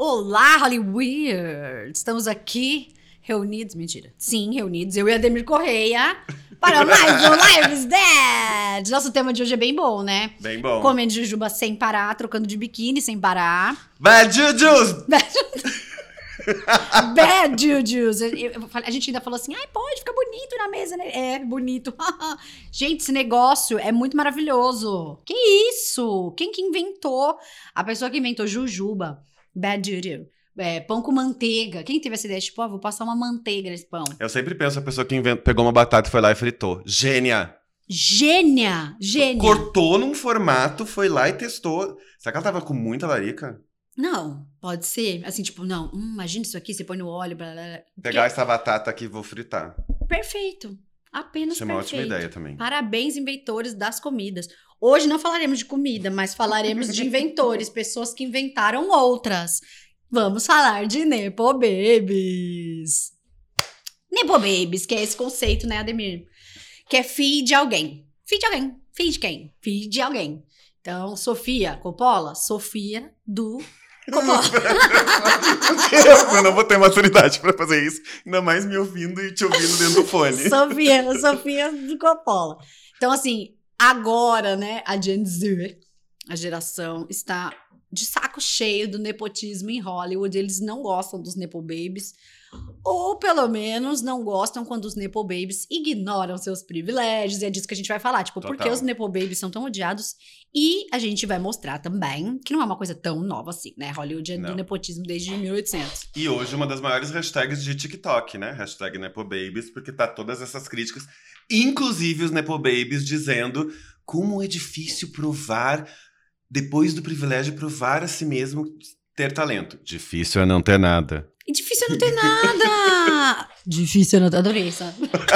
Olá, Hollywood! Estamos aqui reunidos, mentira. Sim, reunidos, eu e Ademir Correia, para mais um Lives Dead! Nosso tema de hoje é bem bom, né? Bem bom. Comendo jujuba sem parar, trocando de biquíni sem parar. Bad Jujus! Bad Jujus! A gente ainda falou assim, ai, pode ficar bonito na mesa, né? É, bonito. Gente, esse negócio é muito maravilhoso. Que isso? Quem que inventou? A pessoa que inventou jujuba, Bad Juju. Pão com manteiga. Quem teve essa ideia? Tipo, vou passar uma manteiga nesse pão. Eu sempre penso a pessoa que pegou uma batata e foi lá e fritou. Gênia! Gênia! Cortou num formato, foi lá e testou. Será que ela tava com muita larica? Não, pode ser. Assim, tipo, não, imagina isso aqui, você põe no óleo, blá, blá, blá. Pegar essa batata aqui e vou fritar. Perfeito. Apenas Isso é uma perfeito. ótima ideia também. Parabéns, inventores das comidas. Hoje não falaremos de comida, mas falaremos de inventores, pessoas que inventaram outras. Vamos falar de Nepo Babies. Nepo Babies, que é esse conceito, né, Ademir? Que é filho de alguém. Filho de alguém. Filho de quem? Filho de alguém. Então, Sofia Coppola, Sofia do Coppola. Eu não vou ter maturidade pra fazer isso. Ainda mais me ouvindo e te ouvindo dentro do fone. Sofia do Coppola. Então, assim, agora, né, a Gen Z, a geração, está de saco cheio do nepotismo em Hollywood. Eles não gostam dos Nepo Babies. Ou, pelo menos, não gostam quando os Nepo Babies ignoram seus privilégios. E é disso que a gente vai falar. Tipo, por que os Nepo Babies são tão odiados? E a gente vai mostrar também que não é uma coisa tão nova assim, né? Hollywood é do nepotismo desde 1800. E hoje uma das maiores hashtags de TikTok, né? Hashtag Nepo Babies, porque tá todas essas críticas. Inclusive os Nepo Babies dizendo como é difícil provar, depois do privilégio, provar a si mesmo ter talento. Difícil é não ter nada. E difícil é não ter nada. Difícil é não ter... Adorei isso.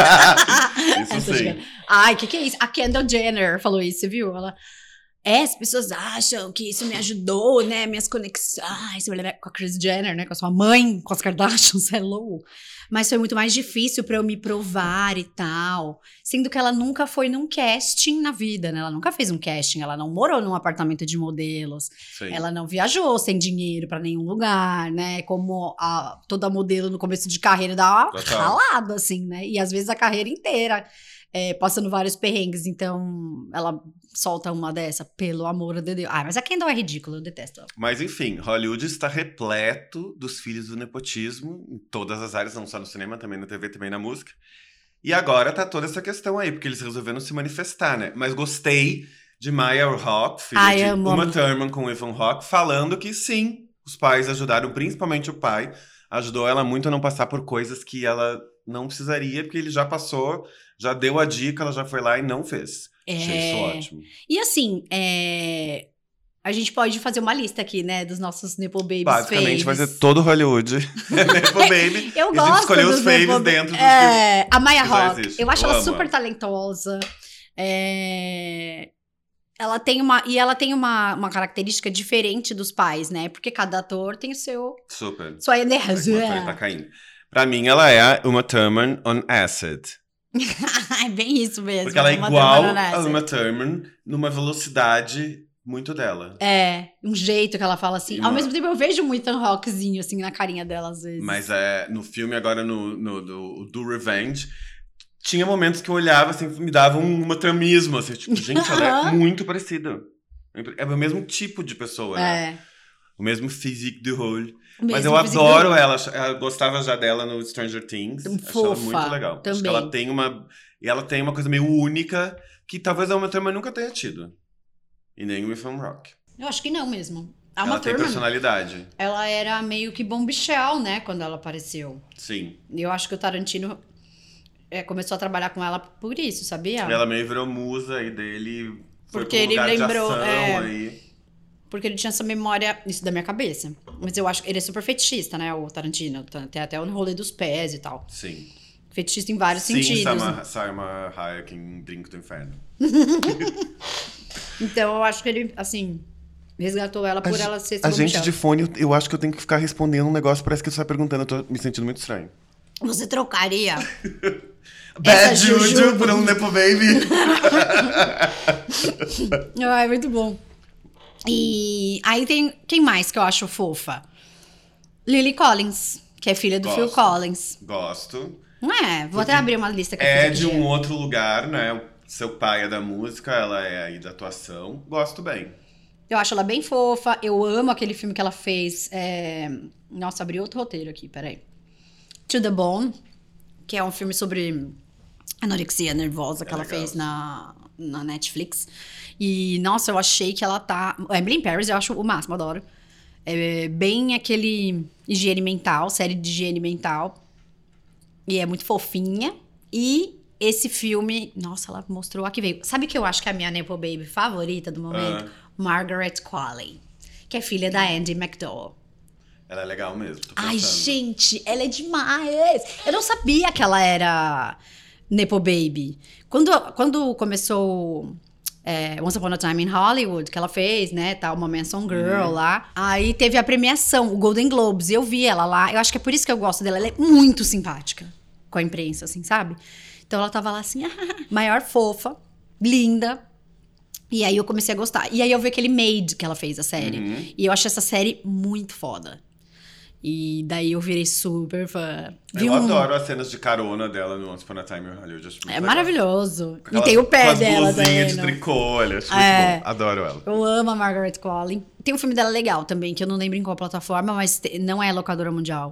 Isso sim. Ai, o que é isso? A Kendall Jenner falou isso, você viu? Ela... as pessoas acham que isso me ajudou, né? Minhas conexões com a Kris Jenner, né? Com a sua mãe, com as Kardashians, hello. Mas foi muito mais difícil pra eu me provar e tal. Sendo que ela nunca foi num casting na vida, né? Ela nunca fez um casting. Ela não morou num apartamento de modelos. Sim. Ela não viajou sem dinheiro pra nenhum lugar, né? Como toda modelo no começo de carreira dá uma ralada, assim, né? E às vezes a carreira inteira. Passando vários perrengues, então ela solta uma dessa, pelo amor de Deus. Mas a Kendall é ridícula, eu detesto ela. Mas enfim, Hollywood está repleto dos filhos do nepotismo, em todas as áreas, não só no cinema, também na TV, também na música. E agora tá toda essa questão aí, porque eles resolveram se manifestar, né? Mas gostei de Maya Hawke, filha de Uma Thurman com Ethan Hawke, falando que sim, os pais ajudaram, principalmente o pai, ajudou ela muito a não passar por coisas que ela não precisaria, porque ele já passou, já deu a dica, ela já foi lá e não fez. Achei isso ótimo. E assim, a gente pode fazer uma lista aqui, né, dos nossos Nepo Babies basicamente faves. vai ser todo Hollywood Nepo Baby. Eu gosto. A gente escolheu os faves dentro dos que a Maya Hawke, existe. eu acho ela super talentosa. Ela tem uma característica diferente dos pais, né? Porque cada ator tem o seu... Sua energia. Tá caindo. Pra mim, ela é Uma Thurman on acid. É bem isso mesmo. Porque ela é igual a Uma Thurman numa velocidade muito dela. Um jeito que ela fala assim. Ao mesmo tempo, eu vejo muito um rockzinho, assim, na carinha dela, às vezes. Mas no filme, agora do Revenge, tinha momentos que eu olhava, assim, me dava um tramismo, assim, tipo, gente, ela é muito parecida. É o mesmo tipo de pessoa, né? O mesmo physique du rôle. Mas eu adoro ela. Eu gostava já dela no Stranger Things. Acho ela muito legal. Também. Acho que ela tem uma coisa meio única que talvez a Uma Thurman nunca tenha tido. E nem o Ethan Hawke. Eu acho que não mesmo. Ela tem personalidade. Ela era meio que bombshell, né? Quando ela apareceu. Sim. E eu acho que o Tarantino começou a trabalhar com ela por isso, sabia? Ela meio virou musa aí dele. Porque ele lembrou. Porque ele tinha essa memória, isso da minha cabeça. Mas eu acho que ele é super fetichista, né, o Tarantino. Tem até o rolê dos pés e tal. Sim. Fetichista em vários sentidos. Sim, Salma Hayek em Brinco do Inferno. Então, eu acho que ele, assim, resgatou ela por ela ser A gente de fone, eu acho que eu tenho que ficar respondendo um negócio, parece que você vai perguntando, eu tô me sentindo muito estranho. Você trocaria... Bad Juju por um Nepo Baby. Ai, muito bom. E aí tem... Quem mais que eu acho fofa? Lily Collins, que é filha do Phil Collins. Gosto. Não é? Vou até abrir uma lista que eu É fiz de aqui. um outro lugar, né? Seu pai é da música, ela é aí da atuação. Gosto bem. Eu acho ela bem fofa. Eu amo aquele filme que ela fez. Nossa, abri outro roteiro aqui, peraí. To the Bone, que é um filme sobre anorexia nervosa que ela legal. fez na Netflix. E, nossa, eu achei que ela tá... Emily in Paris, eu acho o máximo, adoro. É bem aquele higiene mental, série de higiene mental. E é muito fofinha. E esse filme... Nossa, ela mostrou a que veio. Sabe que eu acho que é a minha Nepo Baby favorita do momento? Margaret Qualley, que é filha da Andie MacDowell. Ela é legal mesmo, tô Ai, pensando. gente, ela é demais! Eu não sabia que ela era Nepo Baby. Quando começou Once Upon a Time in Hollywood, que ela fez, né, tal, uma Manson Girl lá, aí teve a premiação, o Golden Globes, e eu vi ela lá. Eu acho que é por isso que eu gosto dela. Ela é muito simpática com a imprensa, assim, sabe? Então ela tava lá assim, maior fofa, linda. E aí eu comecei a gostar. E aí eu vi aquele Made que ela fez, a série. E eu achei essa série muito foda. E daí eu virei super fã. Eu adoro as cenas de carona dela no Once Upon a Time in Hollywood. Acho muito legal. Maravilhoso. Aquelas, e tem o pé com dela as blusinhas também. de tricô, olha, acho muito bom. Adoro ela. Eu amo a Margaret Qualley. Tem um filme dela legal também, que eu não lembro em qual plataforma, mas não é locadora mundial.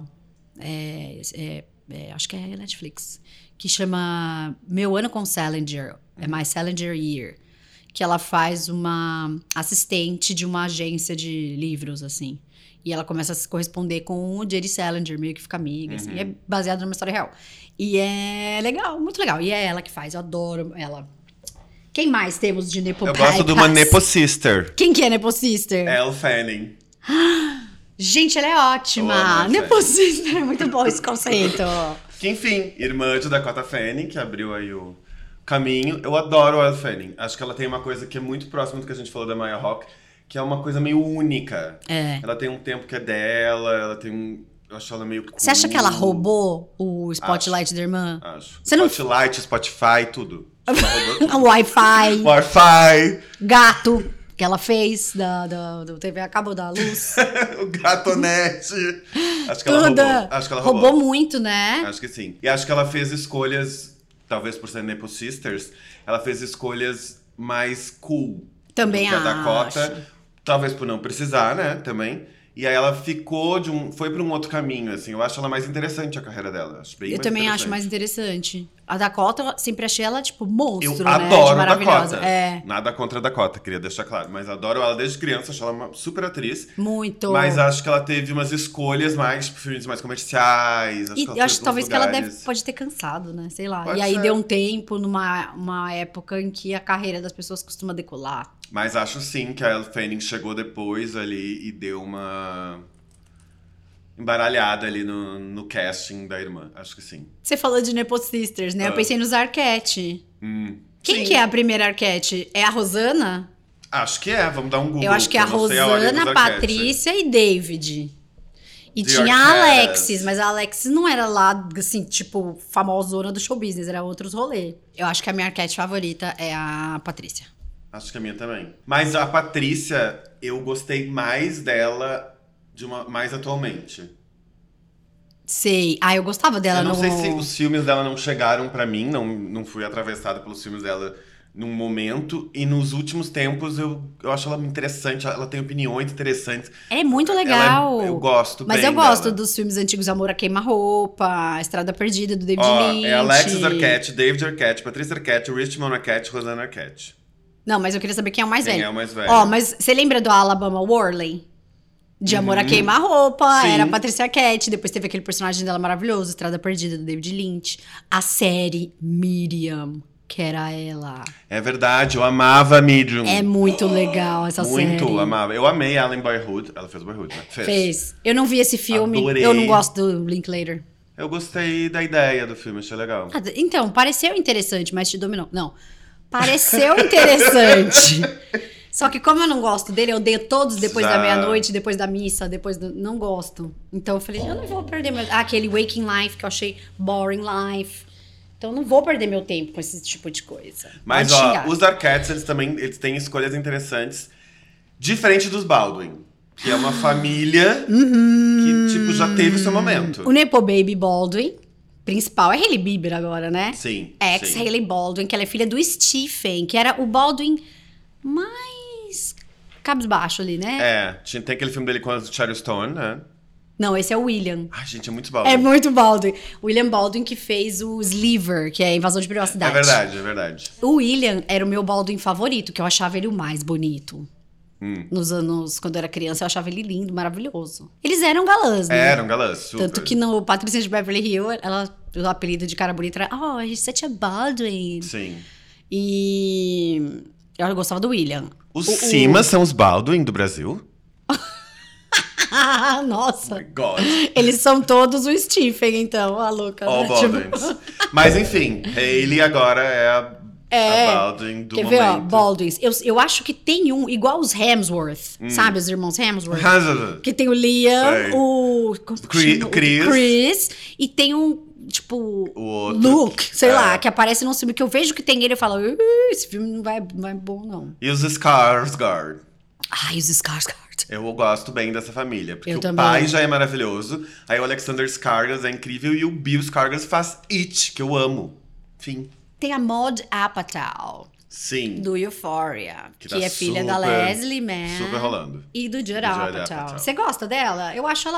Acho que é Netflix. Que chama Meu Ano com Salinger. É My Salinger Year. Que ela faz uma assistente de uma agência de livros, assim. E ela começa a se corresponder com o J.D. Salinger, meio que fica amiga, assim. É baseado numa história real. E é legal, muito legal. E é ela que faz, eu adoro ela. Quem mais temos de Nepo Eu gosto de uma Nepo Sister. Quem que é Nepo Sister? Elle Fanning. Gente, ela é ótima. Nepo Sister, é muito bom esse conceito. Que, enfim, irmã de Dakota Fanning, que abriu aí o caminho. Eu adoro a Elle Fanning. Acho que ela tem uma coisa que é muito próxima do que a gente falou da Maya Hawke, que é uma coisa meio única. Ela tem um tempo que é dela, ela tem um... Eu acho ela meio cool. Você acha que ela roubou o Spotlight da irmã? Acho. Você não... Spotlight, Spotify, tudo. Ela roubou tudo. Wi-Fi. Wi-Fi. Gato, que ela fez do TV a cabo da luz. O gatonete. Acho que Tudo. ela roubou. Acho que ela roubou muito, né? Acho que sim. E acho que ela fez escolhas, talvez por ser Nepo Sisters, ela fez escolhas mais cool. Também do que a Dakota. Talvez por não precisar, né, também. E aí ela ficou foi pra um outro caminho, assim. Eu acho ela mais interessante, a carreira dela. Acho bem Eu mais também acho mais interessante. A Dakota, sempre achei ela, tipo, monstro, eu né? adoro a maravilhosa. Dakota. Nada contra a Dakota, queria deixar claro. Mas adoro ela desde criança, acho ela uma super atriz. Muito. Mas acho que ela teve umas escolhas mais, tipo, filmes mais comerciais. E eu acho que talvez que ela pode ter cansado, né? Sei lá. Pode e aí ser. deu um tempo uma época em que a carreira das pessoas costuma decolar. Mas acho sim que a Elle Fanning chegou depois ali e deu uma embaralhada ali no casting da irmã. Acho que sim. Você falou de Nepo Sisters, né? Eu pensei nos Arquette. Quem Sim. que é a primeira Arquette? É a Rosana? Acho que é, vamos dar um Google. Eu acho que é a não sei ordem dos Rosana, Arquette. Patrícia e David. E The tinha a Arquettes. Alexis, mas a Alexis não era lá, assim, tipo, famosona do show business, era outros rolês. Eu acho que a minha Arquette favorita é a Patrícia. Acho que a minha também. Mas a Patrícia, eu gostei mais dela mais atualmente. Sei. Eu gostava dela Eu não no... sei se os filmes dela não chegaram pra mim, não fui atravessada pelos filmes dela num momento. E nos últimos tempos eu acho ela interessante, ela tem opiniões interessantes. É muito legal. Eu gosto Mas bem eu gosto dela. dos filmes antigos, Amor a Queima-Roupa, Estrada Perdida, do David Lynch. É Alexis Arquette, David Arquette, Patrícia Arquette, Richmond Arquette, Rosana Arquette. Não, mas eu queria saber quem é o mais Quem velho. é o mais velho? Mas você lembra do Alabama Worley? De Amor a Queima-Roupa, Sim. era a Patrícia Arquette. Depois teve aquele personagem dela maravilhoso, Estrada Perdida, do David Lynch. A série Miriam, que era ela. É verdade, eu amava Medium. É muito legal essa série. Muito, amava. Eu amei ela em Boyhood. Ela fez Boyhood, né? Fez. Eu não vi esse filme, Adorei. eu não gosto do Linklater. Eu gostei da ideia do filme, achei legal. Então, pareceu interessante, mas te dominou. Não, pareceu interessante. Só que como eu não gosto dele, eu odeio todos depois da meia-noite, depois da missa, não gosto. Então eu falei, eu não vou perder meu... aquele Waking Life, que eu achei Boring Life. Então eu não vou perder meu tempo com esse tipo de coisa. Mas, Pode ó, xingar. os Arquettes, eles têm escolhas interessantes. Diferente dos Baldwin. Que é uma família que, tipo, já teve o seu momento. O Nepo Baby Baldwin, principal, é Hailey Bieber agora, né? Sim. Ex-Hailey Baldwin, que ela é filha do Stephen, que era o Baldwin mais cabisbaixo ali, né? Tem aquele filme dele com a Sharon Stone, né? Não, esse é o William. Ai, gente, é muito Baldwin. É muito Baldwin. William Baldwin que fez o Sliver, que é Invasão de Privacidade. É verdade. O William era o meu Baldwin favorito, que eu achava ele o mais bonito. Nos anos, quando eu era criança, eu achava ele lindo, maravilhoso. Eles eram galãs, né? Eram galãs, super. Tanto que no Patricinha de Beverly Hills, o apelido de cara bonita era he's such a Baldwin. Sim. E eu gostava do William. Os Simas são os Baldwin do Brasil? Nossa. Oh my God. Eles são todos o Stephen, então, a louca. All né? Baldwins. Mas enfim, Hailey agora é a Baldwin do Quer momento. ver, ó, Baldwins. Eu acho que tem um, igual os Hemsworth, sabe? Os irmãos Hemsworth. Que tem o Liam, Sei. o Chris, e tem um, tipo, O outro. Luke, sei lá, que aparece num filme que eu vejo que tem ele e falo, esse filme não vai bom, não. E os Skarsgård. Ai, os Skarsgård. Eu gosto bem dessa família. Porque Eu o também. pai já é maravilhoso. Aí o Alexander Skarsgård é incrível. E o Bill Skarsgård faz It, que eu amo. Fim. Tem a Maud Apatow, Sim. do Euphoria, que tá é filha da super- Leslie Mann. super rolando. E do Judd Judd Apatow. Apatow. Você gosta dela? Eu acho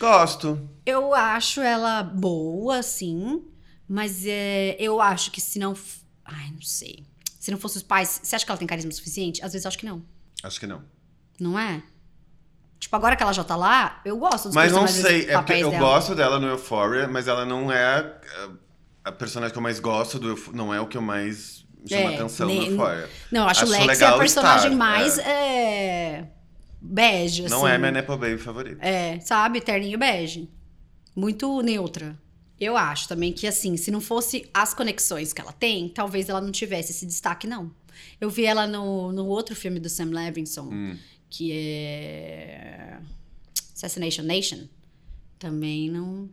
ela boa, sim. Mas eu acho que se não... Ai, não sei. Se não fosse os pais... Você acha que ela tem carisma suficiente? Às vezes eu acho que não. Acho que não. Não é? Tipo, agora que ela já tá lá, eu gosto dos Mas não personagens, sei. É porque papéis eu dela. gosto dela no Euphoria, mas ela não é a personagem que eu mais gosto do Euphoria. Não é o que eu mais chama atenção no Euphoria. Não, eu acho o Lex legal a personagem estar, mais bege, assim. Não é minha Nepo Baby favorita. Sabe? Terninho bege. Muito neutra. Eu acho também que, assim, se não fosse as conexões que ela tem, talvez ela não tivesse esse destaque, não. Eu vi ela no outro filme do Sam Levinson, que é Assassination Nation. Também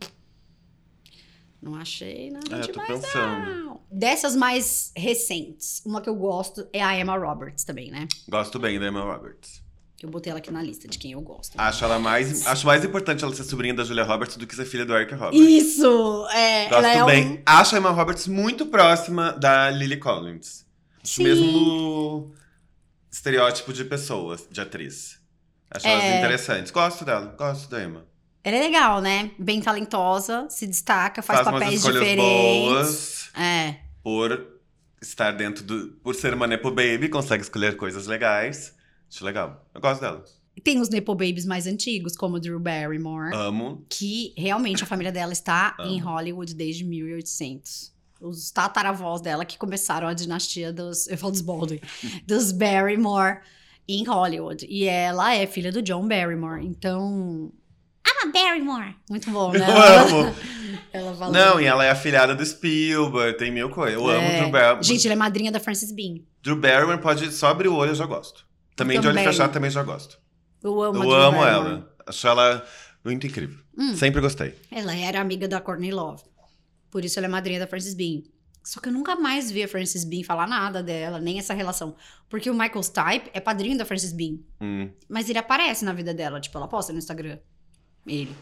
não achei nada Eu tô demais, pensando. não. Dessas mais recentes, uma que eu gosto é a Emma Roberts também, né? Gosto bem da Emma Roberts. Eu botei ela aqui na lista de quem eu gosto. Acho mais importante ela ser sobrinha da Julia Roberts do que ser filha do Eric Roberts. Isso! Gosto ela bem. Acho a Emma Roberts muito próxima da Lily Collins. Acho Sim. mesmo no estereótipo de pessoa, de atriz. Acho elas interessantes. Gosto dela, gosto da Emma. Ela é legal, né? Bem talentosa, se destaca, faz umas papéis escolhas diferentes. boas. Por estar dentro por ser uma Nepo Baby, consegue escolher coisas legais. Acho legal. Eu gosto dela. Tem os Nepo Babies mais antigos, como Drew Barrymore. Amo. Que realmente a família dela está em Hollywood desde 1800. Os tataravós dela que começaram a dinastia eu falo dos Baldwin, dos Barrymore em Hollywood. E ela é filha do John Barrymore. Então... I'm a Barrymore. Muito bom, né? Eu amo. Ela fala... Não, e ela é afilhada do Spielberg, tem mil coisas. Eu amo Drew Barrymore. Gente, ela é madrinha da Frances Bean. Drew Barrymore pode só abrir o olho, eu já gosto. Também de olho fechado, também já gosto. Eu amo ela. Acho ela muito incrível. Sempre gostei. Ela era amiga da Courtney Love. Por isso ela é madrinha da Frances Bean. Só que eu nunca mais vi a Frances Bean falar nada dela, nem essa relação. Porque o Michael Stipe é padrinho da Frances Bean. Mas ele aparece na vida dela. Tipo, ela posta no Instagram. Ele.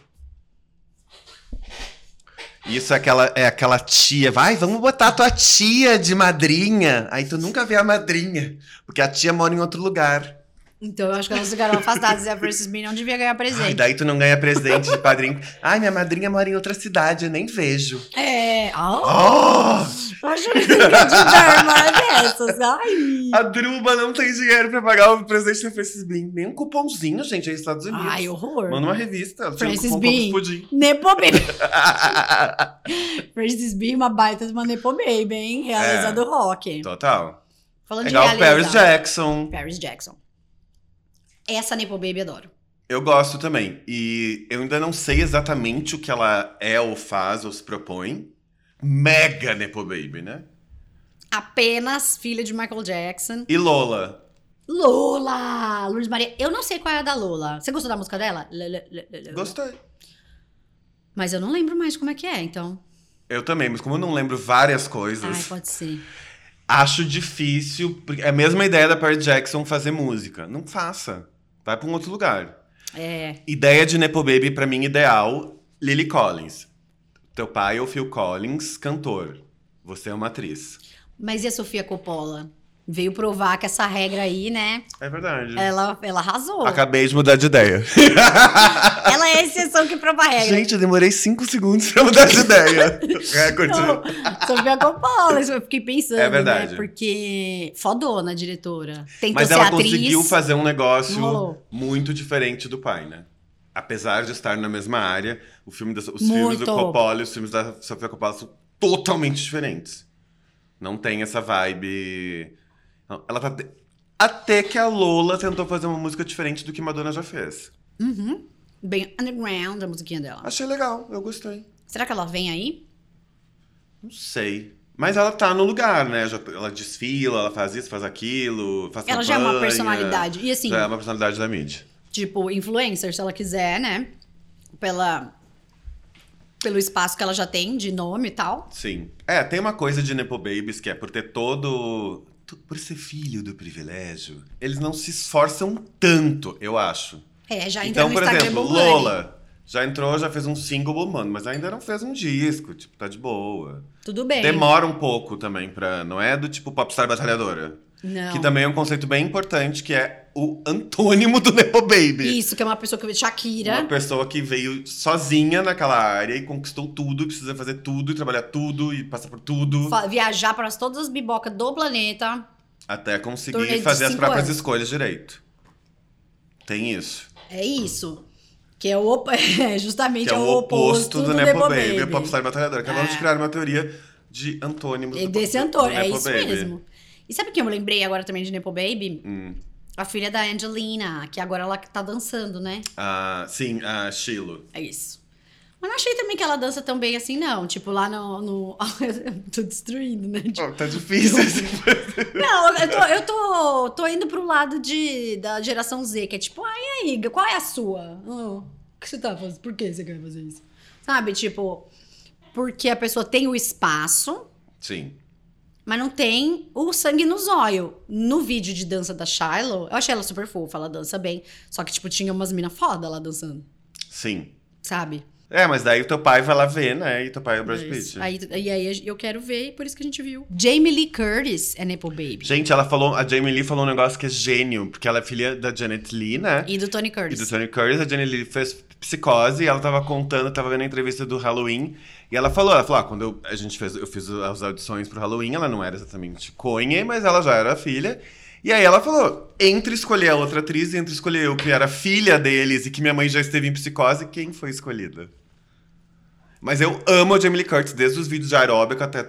Isso é aquela tia. Vai, vamos botar a tua tia de madrinha. Aí tu nunca vê a madrinha. Porque a tia mora em outro lugar. Então eu acho que elas ficaram afastadas e a Frances Bean não devia ganhar presente. Ai, daí tu não ganha presente de padrinho. Ai, minha madrinha mora em outra cidade, eu nem vejo. Acho que de dar uma dessas. Ai. A Druba não tem dinheiro pra pagar o presente da Frances Bean. Nem um cupomzinho, gente, aí nos Estados Unidos. Ai, horror. Manda uma revista. Ela Frances tira um Bean. cupom pudim. Nepo Baby. Frances Bean, uma baita de uma Nepo Baby, hein? Realeza do rock. Total. Falando É de igual realeza. Paris Jackson. Paris Jackson. Essa Nepo Baby adoro. Eu gosto também. E eu ainda não sei exatamente o que ela é ou faz ou se propõe. Mega Nepo Baby, né? Apenas filha de Michael Jackson. E Lola. Lola! Lourdes Maria. Eu não sei qual é a da Lola. Você gostou da música dela? Gostei. Mas eu não lembro mais como é que é, então. Eu também, mas como eu não lembro várias coisas, Ai, pode ser. acho difícil. É a mesma ideia da Paris Jackson fazer música. Não faça. Vai pra um outro lugar. Ideia de Nepo Baby, pra mim, ideal, Lily Collins. Teu pai é o Phil Collins, cantor. Você é uma atriz. Mas e a Sofia Coppola? Veio provar que essa regra aí, né? É verdade. Ela arrasou. Acabei de mudar de ideia. Ela é a exceção que prova a regra. Gente, eu demorei 5 segundos pra mudar de ideia. Recorde. Não, Sofia Coppola, isso eu fiquei pensando, É verdade. né? Porque fodona a diretora. Tentou Mas ser ela atriz. conseguiu fazer um negócio Não rolou. muito diferente do pai, né? Apesar de estar na mesma área, os filmes do Muito. Coppola e os filmes da Sofia Coppola são totalmente diferentes. Não tem essa vibe... Ela tá... Até que a Lola tentou fazer uma música diferente do que Madonna já fez. Uhum. Bem underground a musiquinha dela. Achei legal, eu gostei. Será que ela vem aí? Não sei. Mas ela tá no lugar, né? Ela desfila, ela faz isso, faz aquilo, faz Ela já é uma campanha, personalidade. E assim, já é uma personalidade da mídia. tipo, influencer, se ela quiser, né? Pelo espaço que ela já tem de nome e tal. Sim. Tem uma coisa de Nepo Babies que é por ter por ser filho do privilégio, eles não se esforçam tanto, eu acho. Já entra Então, no por Instagram exemplo, bombando. Lola já entrou, já fez um single bombando, mas ainda não fez um disco, tipo, tá de boa. Tudo bem. Demora um pouco também pra... Não é do tipo popstar batalhadora. Não. Que também é um conceito bem importante, que é o antônimo do Nepo Baby. Isso, que é uma pessoa que veio Shakira. Uma pessoa que veio sozinha naquela área e conquistou tudo, precisa fazer tudo, e trabalhar tudo, e passar por tudo. Viajar para todas as bibocas do planeta. Até conseguir Torneio de fazer as 5 próprias anos. escolhas direito. Tem isso. É isso. Que é justamente Que é o oposto do Nepo Nepo Baby, a popstar batalhadora. Acabamos de criar uma teoria de antônimos do Desse do antônimo, é Nepo isso Baby. mesmo. E sabe o que eu me lembrei agora também de Nepo Baby? A filha da Angelina, que agora ela tá dançando, né? Sim, a Shiloh. É isso. Mas não achei também que ela dança tão bem assim, não. Tipo, lá no... Tô destruindo, né? Tipo, Tá difícil esse... não, eu tô indo pro lado da geração Z, que é tipo, e aí, qual é a sua? O que você tá fazendo? Por que você quer fazer isso? Sabe, tipo, porque a pessoa tem o espaço, Sim. mas não tem o sangue no zóio. No vídeo de dança da Shiloh, eu achei ela super fofa, ela dança bem. Só que, tipo, tinha umas minas foda lá dançando, Sim. sabe? Mas daí o teu pai vai lá ver, né? E teu pai é o Brad Isso. Pitt. Aí eu quero ver, e por isso que a gente viu. Jamie Lee Curtis é Nepo Baby. Gente, a Jamie Lee falou um negócio que é gênio, porque ela é filha da Janet Leigh, né? E do Tony E Curtis. do Tony Curtis, a Janet Leigh fez Psicose, e ela tava tava vendo a entrevista do Halloween, e ela falou, quando eu fiz as audições pro Halloween, ela não era exatamente Conhe, mas ela já era filha. E aí ela falou, entre escolher a outra atriz e entre escolher eu, que era filha deles e que minha mãe já esteve em Psicose, quem foi escolhida? Mas eu amo a Jamie Lee Curtis, desde os vídeos de aeróbica até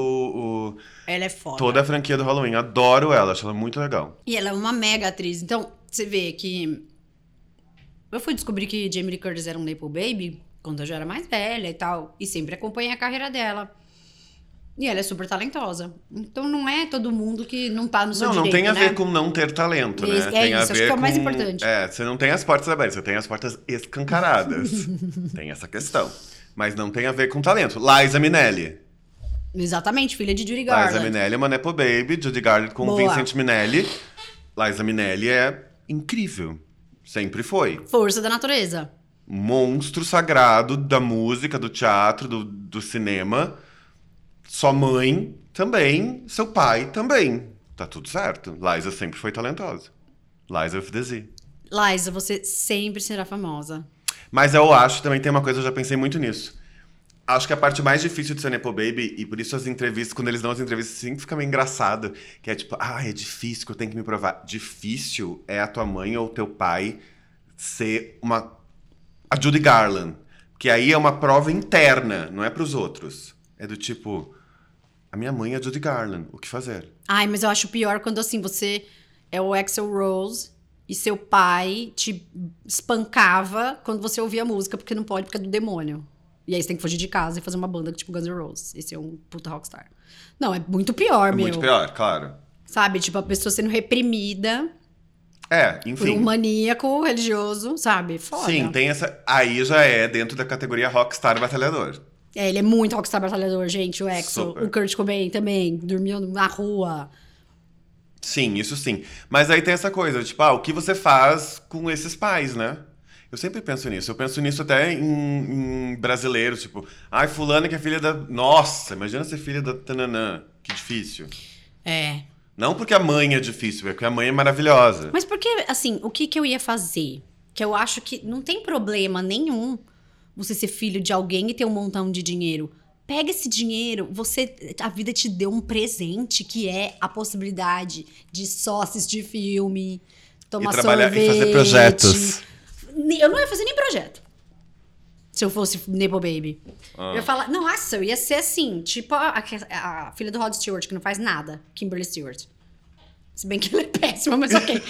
Ela é foda. toda a franquia do Halloween. Adoro ela, acho ela muito legal. E ela é uma mega atriz. Então, você vê que... Eu fui descobrir que Jamie Lee Curtis era um Nepo Baby quando eu já era mais velha e tal. E sempre acompanhei a carreira dela. E ela é super talentosa. Então, não é todo mundo que não tá no seu direito, Não tem a né? ver com não ter talento, né? Isso, Tem a acho ver que é o mais com... importante. Você não tem as portas abertas, você tem as portas escancaradas. Tem essa questão. Mas não tem a ver com talento. Liza Minnelli. Exatamente, filha de Judy Liza Garland. Minnelli é uma Nepo Baby, Judy Garland com Boa. Vincent Minnelli. Liza Minnelli é incrível. Sempre foi. Força da natureza. Monstro sagrado da música, do teatro, do cinema. Sua mãe também, seu pai também. Tá tudo certo. Liza sempre foi talentosa. Liza with the Z. Liza, você sempre será famosa. Mas eu acho, também tem uma coisa, eu já pensei muito nisso. Acho que a parte mais difícil de ser Nepo Baby, e por isso as entrevistas, quando eles dão as entrevistas, sempre fica meio engraçado. Que é tipo, é difícil que eu tenho que me provar. Difícil é a tua mãe ou teu pai ser a Judy Garland. Que aí é uma prova interna, não é pros outros. É do tipo, a minha mãe é a Judy Garland, o que fazer? Ai, mas eu acho pior quando, assim, você é o Axl Rose e seu pai te espancava quando você ouvia a música, porque não pode, porque é do demônio. E aí você tem que fugir de casa e fazer uma banda tipo Guns N' Roses. Esse é um puta rockstar. Não, é muito pior, meu. Muito pior, claro. Sabe? Tipo, a pessoa sendo reprimida por Enfim. um maníaco religioso, sabe? Foda. Sim, tem essa... Aí já é dentro da categoria rockstar batalhador. Ele é muito rockstar batalhador, gente, o Axl. Super. O Kurt Cobain também, dormiu na rua. Sim, isso sim. Mas aí tem essa coisa, tipo, o que você faz com esses pais, né? Eu sempre penso nisso. Eu penso nisso até em brasileiros, tipo, ai, fulana que é filha da... Nossa, imagina ser filha da Tananã. Que difícil. É. Não porque a mãe é difícil, é porque a mãe é maravilhosa. Mas porque, assim, o que eu ia fazer? Que eu acho que não tem problema nenhum você ser filho de alguém e ter um montão de dinheiro. Pega esse dinheiro, a vida te deu um presente, que é a possibilidade de só assistir filme, tomar trabalhar sorvete. e fazer projetos. Eu não ia fazer nem projeto. Se eu fosse Nepo Baby. Eu ia falar, nossa, eu ia ser assim, tipo a filha do Rod Stewart, que não faz nada, Kimberly Stewart. Se bem que ela é péssima, mas ok.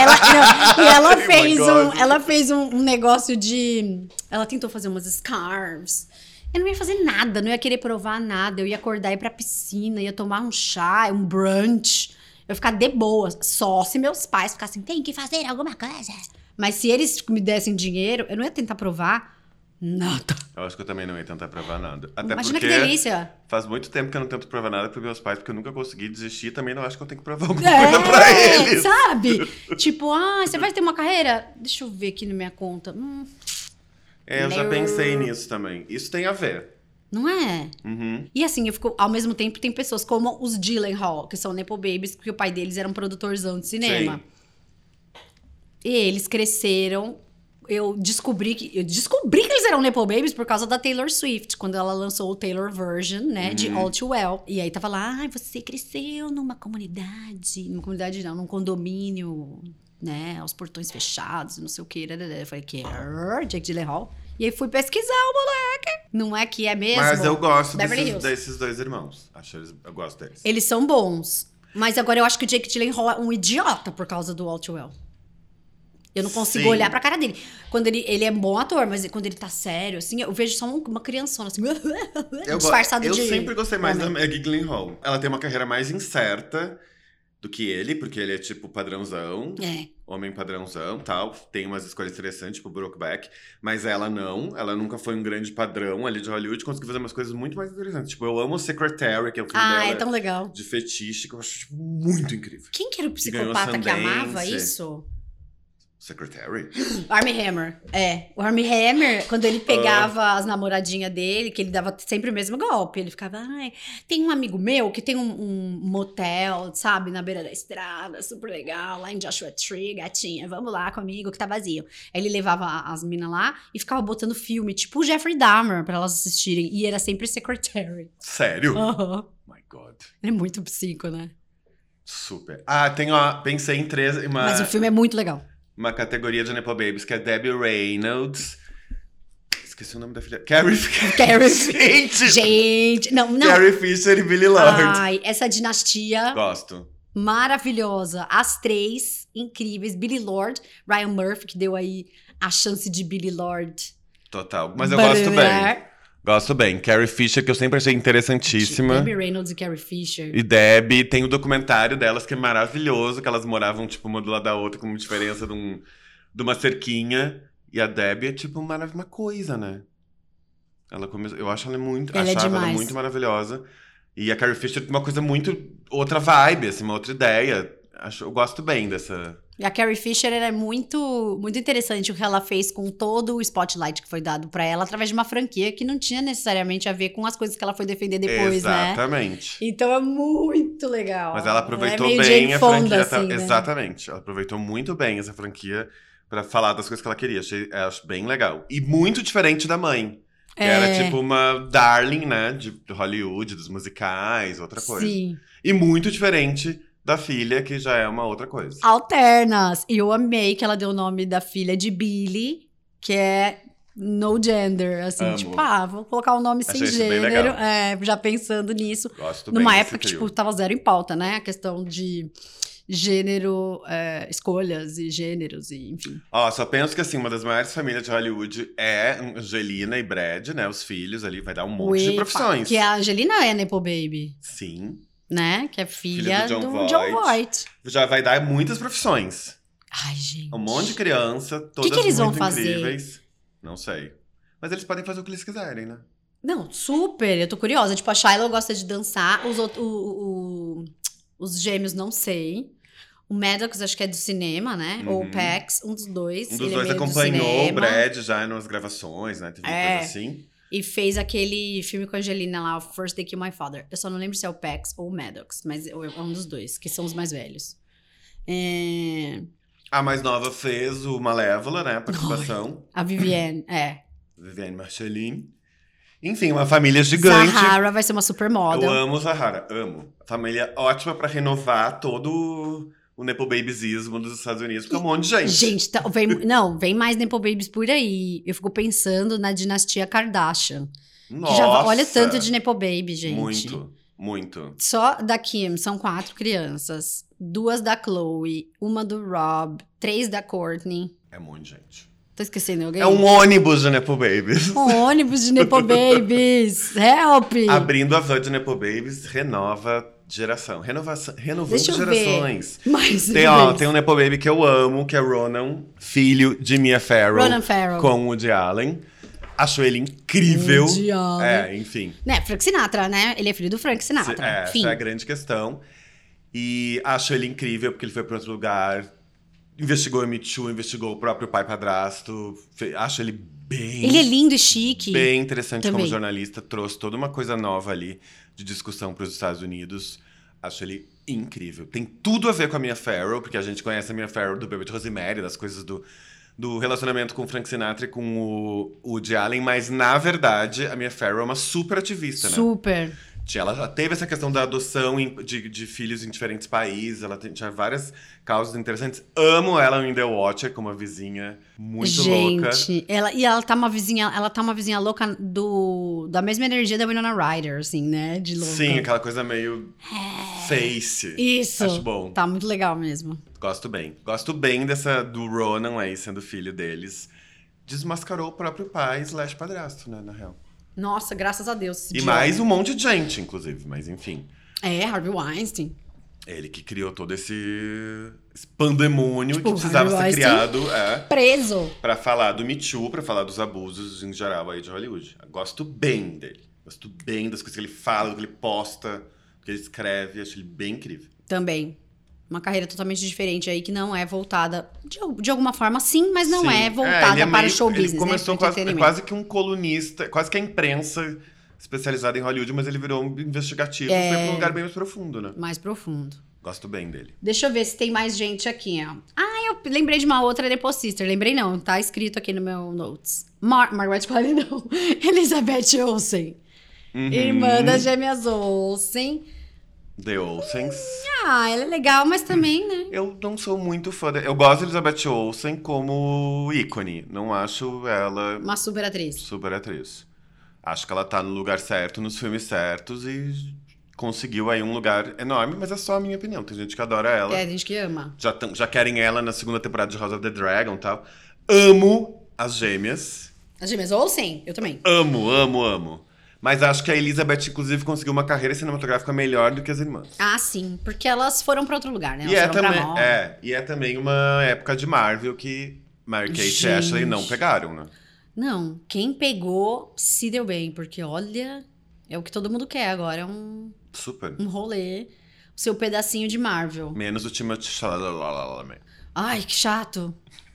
Ela fez um negócio de... Ela tentou fazer umas scarves. Eu não ia fazer nada, não ia querer provar nada. Eu ia acordar, ir pra piscina, ia tomar um chá, um brunch. Eu ia ficar de boa, só se meus pais ficassem, tem que fazer alguma coisa. Mas se eles me dessem dinheiro, eu não ia tentar provar nada. Eu acho que eu também não ia tentar provar nada. Até Imagina porque que delícia. Faz muito tempo que eu não tento provar nada pros meus pais, porque eu nunca consegui desistir. Também não acho que eu tenho que provar alguma coisa pra eles. Sabe? Tipo, você vai ter uma carreira? Deixa eu ver aqui na minha conta. Eu já pensei nisso também. Isso tem a ver. Não é? Uhum. E assim, eu fico, ao mesmo tempo, tem pessoas como os Gyllenhaal, que são Nepo Babies, porque o pai deles era um produtorzão de cinema. Sim. E eles cresceram. Eu descobri que eles eram Nepo Babies por causa da Taylor Swift, quando ela lançou o Taylor Version, né, de All Too Well. E aí tava lá, você cresceu numa comunidade não, num condomínio, né, aos portões fechados, não sei o que. Eu falei, Jake Gyllenhaal. E aí fui pesquisar o moleque. Não é que é mesmo? Mas eu gosto Beverly Hills. desses dois irmãos. Eu gosto deles. Eles são bons. Mas agora eu acho que o Jake Gyllenhaal é um idiota por causa do All Too Well. Eu não consigo olhar pra cara dele. Quando ele é bom ator, mas quando ele tá sério, assim, eu vejo só uma criançona, assim, disfarçado de... Eu sempre gostei mais da Maggie Gyllenhaal. Ela tem uma carreira mais incerta do que ele, porque ele é tipo padrãozão. Homem padrãozão, tal. Tem umas escolhas interessantes, tipo Brokeback. Mas ela não. Ela nunca foi um grande padrão ali de Hollywood. Conseguiu fazer umas coisas muito mais interessantes. Tipo, eu amo o Secretary, que é o filme dela. É tão legal. De fetiche, que eu acho, tipo, muito incrível. Quem que era o psicopata que amava isso? Secretary? Armie Hammer. O Armie Hammer, quando ele pegava as namoradinhas dele, que ele dava sempre o mesmo golpe, ele ficava, tem um amigo meu que tem um motel, sabe, na beira da estrada, super legal, lá em Joshua Tree, gatinha, vamos lá comigo que tá vazio. Aí ele levava as minas lá e ficava botando filme, tipo o Jeffrey Dahmer, pra elas assistirem, e era sempre Secretary. Sério? My God. Ele é muito psico, né? Super. Pensei em 3... Mas o filme é muito legal. Uma categoria de Nepo Babies, que é Debbie Reynolds. Esqueci o nome da filha. Carrie Fisher. Gente, não. Carrie Fisher e Billie Lourdes. Essa dinastia. Gosto. Maravilhosa. As três incríveis. Billie Lourdes, Ryan Murphy, que deu aí a chance de Billie Lourdes. Total. Mas eu gosto bem. Gosto bem. Carrie Fisher, que eu sempre achei interessantíssima. Debbie Reynolds e Carrie Fisher. E Debbie, tem o documentário delas que é maravilhoso, que elas moravam, tipo, uma do lado da outra, com uma diferença de uma cerquinha. E a Debbie é, tipo, uma coisa, né? Eu acho ela achava ela muito maravilhosa. E a Carrie Fisher tem uma coisa muito... Outra vibe, assim, uma outra ideia. Eu gosto bem dessa... E a Carrie Fisher era muito, muito interessante o que ela fez com todo o spotlight que foi dado pra ela através de uma franquia que não tinha necessariamente a ver com as coisas que ela foi defender depois, Exatamente. Né? Então é muito legal. Mas ela aproveitou bem Jane a franquia. Fonda, assim, né? Exatamente. Ela aproveitou muito bem essa franquia pra falar das coisas que ela queria. Acho bem legal. E muito diferente da mãe. Que era tipo uma darling, né? De Hollywood, dos musicais, outra coisa. Sim. E muito diferente da filha, que já é uma outra coisa. Alternas. E eu amei que ela deu o nome da filha de Billy, que é no gender, assim, Amo. tipo, vou colocar o nome sem gênero, já pensando nisso. Gosto bem Numa desse época que, trio. tipo, tava zero em pauta, né? A questão de gênero, escolhas e gêneros, e enfim. Só penso que, assim, uma das maiores famílias de Hollywood é Angelina e Brad, né? Os filhos ali, vai dar um monte de profissões. Que a Angelina é Nepo Baby. Sim. Né? Que é filha do John John Voight. Já vai dar muitas profissões. Ai, gente. Um monte de criança, todas que eles vão muito fazer? incríveis. Não sei. Mas eles podem fazer o que eles quiserem, né? Não, super. Eu tô curiosa. Tipo, a Shiloh gosta de dançar. Os gêmeos, não sei. O Maddox, acho que é do cinema, né? Ou o Pax, um dos dois. Um dos Ele dois é meio do acompanhou o cinema. Brad já nas gravações, né? Teve uma coisa assim. E fez aquele filme com a Angelina lá, o First Day Kill My Father. Eu só não lembro se é o Pax ou o Maddox, mas é um dos dois, que são os mais velhos. A mais nova fez o Malévola, né? A participação. A Vivienne, Vivienne Marceline. Enfim, uma família gigante. Zahara vai ser uma supermodel. Eu amo Zahara, amo. Família ótima pra renovar todo o Nepo Babysismo dos Estados Unidos, porque é um monte de gente. Gente, vem mais Nepo Babies por aí. Eu fico pensando na dinastia Kardashian. Nossa! Olha tanto de Nepo Baby, gente. Muito, muito. Só da Kim, são 4 crianças. 2 da Khloe, 1 do Rob, 3 da Kourtney. É muita gente. Tô esquecendo alguém? É um ônibus de Nepo Babies. Um ônibus de Nepo Babies. Help! Abrindo a van de Nepo Babies, renova geração. Renovando Deixa eu gerações. ver. Mais Tem um Nepo Baby que eu amo, que é Ronan, filho de Mia Farrow. Ronan Farrow. Com o Woody Allen. Acho ele incrível. Woody Allen. Enfim. Né, Frank Sinatra, né? Ele é filho do Frank Sinatra. Essa é a grande questão. E acho ele incrível, porque ele foi para outro lugar, investigou o Me Too, investigou o próprio pai padrasto. Acho ele bem... Ele é lindo e chique. Bem interessante também. como jornalista. Trouxe toda uma coisa nova ali de discussão para os Estados Unidos. Acho ele incrível. Tem tudo a ver com a Mia Farrow, porque a gente conhece a Mia Farrow do Bebê de Rosemary, das coisas do relacionamento com o Frank Sinatra e com o Woody Allen. Mas, na verdade, a Mia Farrow é uma super ativista, né? Super. Ela já teve essa questão da adoção de filhos em diferentes países. Ela tinha várias causas interessantes. Amo ela em The Watcher, como uma vizinha muito louca. Gente, ela tá uma vizinha louca da mesma energia da Winona Ryder, assim, né? De louca. Sim, aquela coisa meio face. Isso. Acho bom. Tá muito legal mesmo. Gosto bem. Gosto bem do Ronan aí, sendo filho deles. Desmascarou o próprio pai / padrasto, né, na real. Nossa, graças a Deus. E mais um monte de gente, inclusive. Mas enfim. Harvey Weinstein. Ele que criou todo esse pandemônio Tipo, que precisava ser criado. Preso. Pra falar do Me Too, pra falar dos abusos em geral aí de Hollywood. Gosto bem dele. Gosto bem das coisas que ele fala, do que ele posta, do que ele escreve. Acho ele bem incrível. Também. Uma carreira totalmente diferente aí, que não é voltada... De alguma forma, sim, mas não é voltada para o show business, ele começou né? quase que um colunista, quase que a imprensa especializada em Hollywood, mas ele virou um investigativo. Foi pra um lugar bem mais profundo, né? Mais profundo. Gosto bem dele. Deixa eu ver se tem mais gente aqui, ó. Eu lembrei de uma outra Nepo Sister. Lembrei não, tá escrito aqui no meu notes. Margaret Qualley não. Elizabeth Olsen. Irmã das gêmeas Olsen. The Olsens. Ela é legal, mas também, né? Eu não sou muito fã Eu gosto de Elizabeth Olsen como ícone. Não acho ela... Uma super atriz. Super atriz. Acho que ela tá no lugar certo, nos filmes certos e conseguiu aí um lugar enorme, mas é só a minha opinião. Tem gente que adora ela. Tem gente que ama. Já querem ela na segunda temporada de House of the Dragon e tal. Amo as gêmeas. As gêmeas Olsen? Eu também. Amo, amo, amo. Mas acho que a Elizabeth, inclusive, conseguiu uma carreira cinematográfica melhor do que as irmãs. Sim. Porque elas foram pra outro lugar, né? E é também uma época de Marvel que Mary-Kate e Ashley não pegaram, né? Não. Quem pegou se deu bem. Porque, olha, é o que todo mundo quer agora. É um rolê. O seu pedacinho de Marvel. Menos o Timothée Chalamet. Ai, que chato.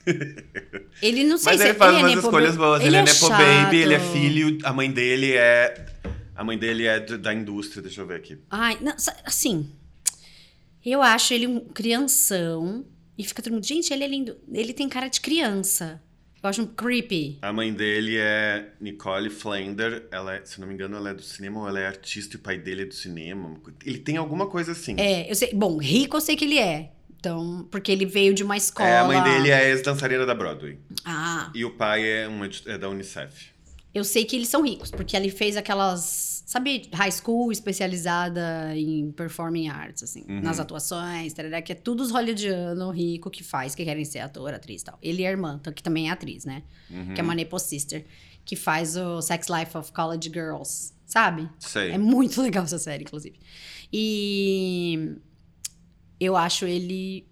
Ele não sei mas se ele faz umas escolhas boas. Ele é Nepo chato. Baby, ele é filho. A mãe dele é da indústria, deixa eu ver aqui. Não, assim, eu acho ele um crianção e fica todo mundo, gente, ele é lindo. Ele tem cara de criança. Eu acho um creepy. A mãe dele é Nicole Flender. Ela se não me engano, ela é do cinema ou ela é artista e o pai dele é do cinema. Ele tem alguma coisa assim. Eu sei. Bom, rico eu sei que ele é. Então, porque ele veio de uma escola... A mãe dele é ex-dançarina da Broadway. E o pai é da Unicef. Eu sei que eles são ricos, porque ele fez aquelas... Sabe, high school especializada em performing arts, assim. Nas atuações, tarará, que é tudo os hollywoodianos ricos que faz, que querem ser ator, atriz e tal. Ele e a irmã, que também é atriz, né? Que é uma Nepo Sister. Que faz o Sex Life of College Girls, sabe? Sei. É muito legal essa série, inclusive. E... eu acho ele...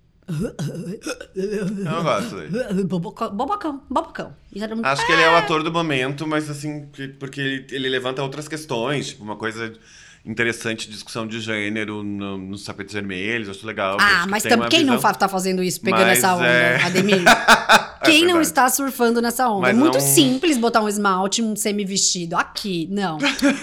Eu não gosto dele. Bobocão. Acho que ele é o ator do momento, mas assim, porque ele levanta outras questões, tipo, uma coisa interessante discussão de gênero nos tapetes vermelhos, acho legal. Ah, acho mas tem uma quem não visão. tá fazendo isso, pegando Mas essa onda, Ademir? Quem não verdade. está surfando nessa onda? É Mas muito não- simples botar um esmalte, um semi-vestido. Aqui, não.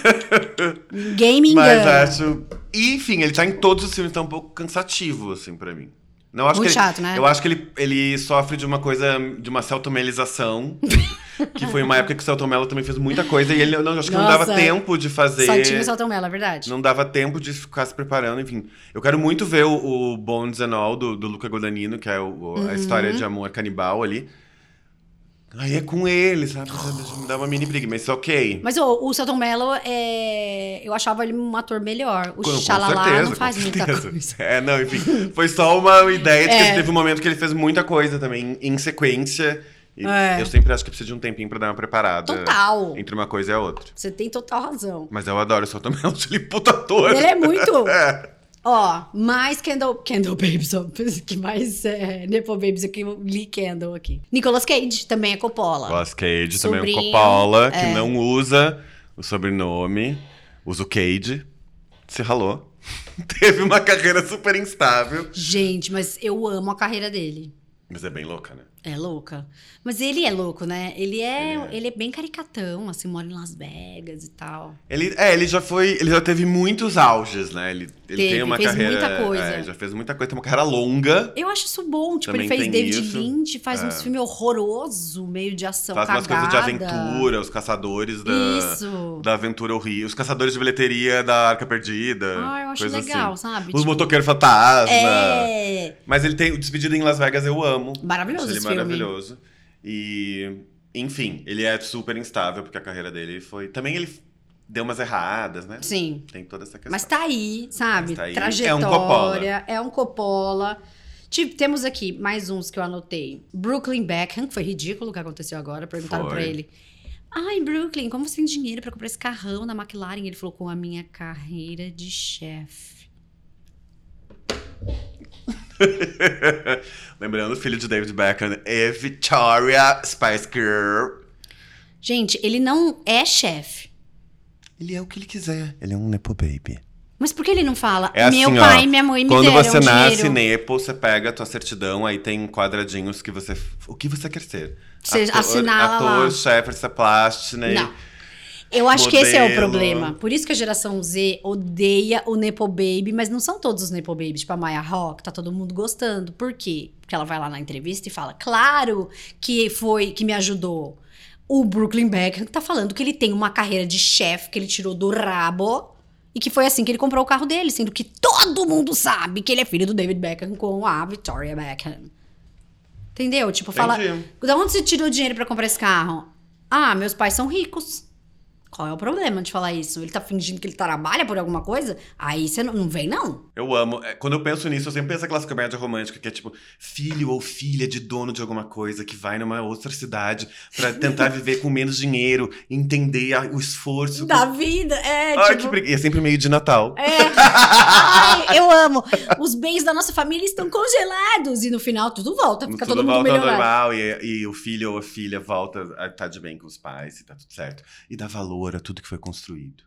Ninguém me Mas engana. acho... E, enfim, ele tá em todos os filmes, tá um pouco cansativo, assim, pra mim. Não, acho Muito que ele- chato, né? Eu acho que ele sofre de uma coisa, de uma seltomelização. Que foi uma época que o Selton Mello também fez muita coisa. E ele, eu acho que não dava Nossa. tempo de fazer... Só tinha o Selton Mello, é verdade. Não dava tempo de ficar se preparando, enfim. Eu quero muito ver o Bones and All, do Luca Guadagnino, que é a história de amor canibal ali. Aí é com ele, sabe? Me dá uma mini briga, mas ok. Mas o Selton Mello, eu achava ele um ator melhor. O Xalala não faz muita coisa. É, não, enfim. Foi só uma ideia de que É. teve um momento que ele fez muita coisa também, em sequência. E É. eu sempre acho que precisa de um tempinho pra dar uma preparada. Total. Entre uma coisa e a outra. Você tem total razão. Mas eu adoro o Selton Mello, ele é puta ator. Ele é muito... É. Ó, mais Kendall Babies, ó, que mais Nepo Babies aqui, eu li Kendall aqui. Nicolas Cage também é Coppola. Nicolas Cage também é um Sobrinho, Coppola, que não usa o sobrenome, usa o Cage, se ralou. Teve uma carreira super instável. Gente, mas eu amo a carreira dele. Mas é bem louca, né? É louca. Mas ele é louco, né? Ele é bem caricatão, assim, mora em Las Vegas e tal. Ele já teve muitos auges, né? Ele tem uma fez carreira. muita coisa. Já fez muita coisa, tem uma carreira longa. Eu acho isso bom. Tipo, Também ele fez tem David isso. Lynch, faz uns filmes horrorosos, meio de ação Faz umas cagada. coisas de aventura, os caçadores Isso. da aventura horrível, os caçadores de bilheteria da Arca Perdida. Ah, eu acho coisa legal, assim. sabe? Os Tipo, motoqueiros fantasma. É. Mas ele tem o Despedida em Las Vegas, eu amo. Maravilhoso Acho ele esse filme. maravilhoso. E, enfim, ele é super instável, porque a carreira dele foi... Também ele deu umas erradas, né? Sim. Tem toda essa questão. Mas tá aí, sabe? Mas tá aí. Trajetória. É um Coppola. Tipo, temos aqui mais uns que eu anotei. Brooklyn Beckham, que foi ridículo o que aconteceu agora. Perguntaram Foi. pra ele. Ai, Brooklyn, como você tem dinheiro pra comprar esse carrão da McLaren? Ele falou, com a minha carreira de chefe. Lembrando, o filho de David Beckham é Victoria Spice Girl. Gente, ele não é chefe. Ele é o que ele quiser. Ele é um Nepo Baby. Mas por que ele não fala? É Meu assim, pai ó, e minha mãe me quando deram você nasce dinheiro. Nepo, você pega a tua certidão, aí tem quadradinhos que você... O que você quer ser? Você assinala lá. Ator, chefe, artista plástico, né? Não. Eu acho que esse é o Modelo. problema. Por isso que a geração Z odeia o Nepo Baby, mas não são todos os Nepo Babies. Tipo a Maya Rock, tá todo mundo gostando. Por quê? Porque ela vai lá na entrevista e fala, claro que foi que me ajudou. O Brooklyn Beckham tá falando que ele tem uma carreira de chefe que ele tirou do rabo e que foi assim que ele comprou o carro dele, sendo que todo mundo sabe que ele é filho do David Beckham com a Victoria Beckham. Entendeu? Tipo, fala, Entendi. da onde você tirou dinheiro pra comprar esse carro? Ah, meus pais são ricos. Qual é o problema de falar isso? Ele tá fingindo que ele trabalha por alguma coisa? Aí você não vem, não. Eu amo. Quando eu penso nisso, eu sempre penso aquelas comédia romântica que é tipo filho ou filha de dono de alguma coisa que vai numa outra cidade pra tentar viver com menos dinheiro, entender o esforço. Da vida, é, Ai, tipo... E é sempre meio de Natal. É. Ai, eu amo. Os bens da nossa família estão congelados. E no final tudo volta, fica Tudo todo mundo volta ao melhorado. normal e o filho ou a filha volta a estar de bem com os pais e tá tudo certo. E dá valor a tudo que foi construído.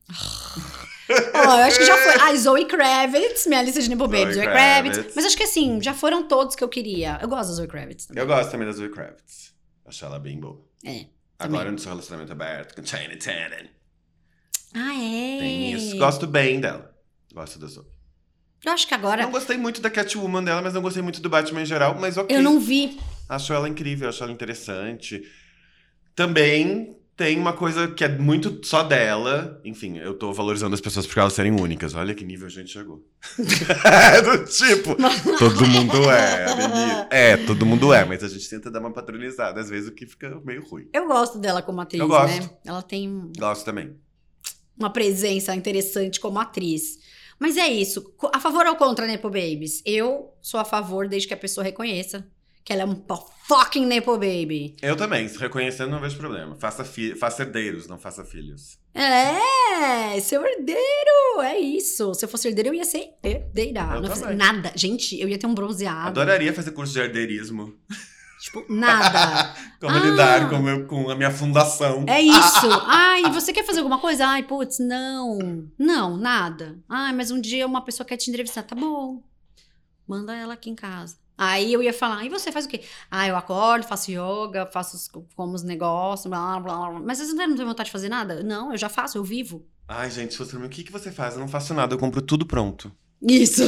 Ó, eu acho que já foi. A Zoe Kravitz, minha lista de Nepo Baby, Zoe Zoe Kravitz. Kravitz. Mas acho que assim, já foram todos que eu queria. Eu gosto da Zoe Kravitz também. Eu gosto também da Zoe Kravitz. Acho ela bem boa. É. Agora no seu relacionamento aberto com Channing Tatum. Ah, é? Tem isso. Gosto bem dela. Gosto da Zoe. Eu acho que agora... Não gostei muito da Catwoman dela, mas não gostei muito do Batman em geral. Mas ok. Eu não vi. Acho ela incrível, acho ela interessante. Também tem uma coisa que é muito só dela. Enfim, eu tô valorizando as pessoas por elas serem únicas. Olha que nível a gente chegou. Do tipo, todo mundo é, Avenida. É, todo mundo é, mas a gente tenta dar uma padronizada, às vezes o que fica meio ruim. Eu gosto dela como atriz, Eu gosto. né? Ela tem Gosto também. uma presença interessante como atriz. Mas é isso. A favor ou contra Nepo Babies? Eu sou a favor desde que a pessoa reconheça que ela é um fucking Nepo Baby. Eu também, se reconhecendo não vejo problema. Faça herdeiros, não faça filhos. É, seu herdeiro, é isso. Se eu fosse herdeiro, eu ia ser herdeira. Eu Não ia fazer também. nada. Gente, eu ia ter um bronzeado. Adoraria fazer curso de herdeirismo. Tipo, nada. Como lidar com a minha fundação. É isso. Ai, você quer fazer alguma coisa? Ai, putz, não. Não, nada. Ai, mas um dia uma pessoa quer te entrevistar. Tá bom. Manda ela aqui em casa. Aí eu ia falar, e você faz o quê? Ah, eu acordo, faço yoga, como os negócios, blá, blá, blá. Mas você não tem vontade de fazer nada? Não, eu já faço, eu vivo. Ai, gente, se fosse pra mim, o que você faz? Eu não faço nada, eu compro tudo pronto. Isso.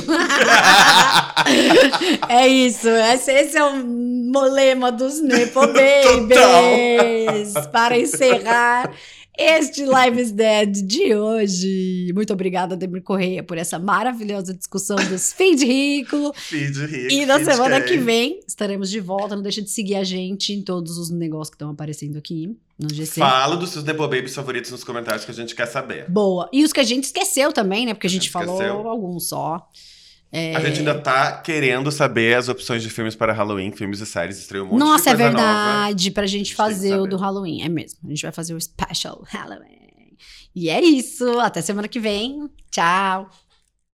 É isso. Esse é o lema dos Nepo Babies. Para encerrar este Live is Dead de hoje. Muito obrigada, Ademir Correia, por essa maravilhosa discussão dos Feed Rico. Feed Rico. E na semana que vem estaremos de volta. Não deixa de seguir a gente em todos os negócios que estão aparecendo aqui no GC. Fala dos seus Nepo Babies favoritos nos comentários que a gente quer saber. Boa. E os que a gente esqueceu também, né? Porque a gente falou alguns só. A gente ainda tá querendo saber as opções de filmes para Halloween, filmes e séries, estreou um monte Nossa, de coisa é verdade, nova. Pra gente fazer o do Halloween, é mesmo. A gente vai fazer o Special Halloween. E é isso, até semana que vem. Tchau!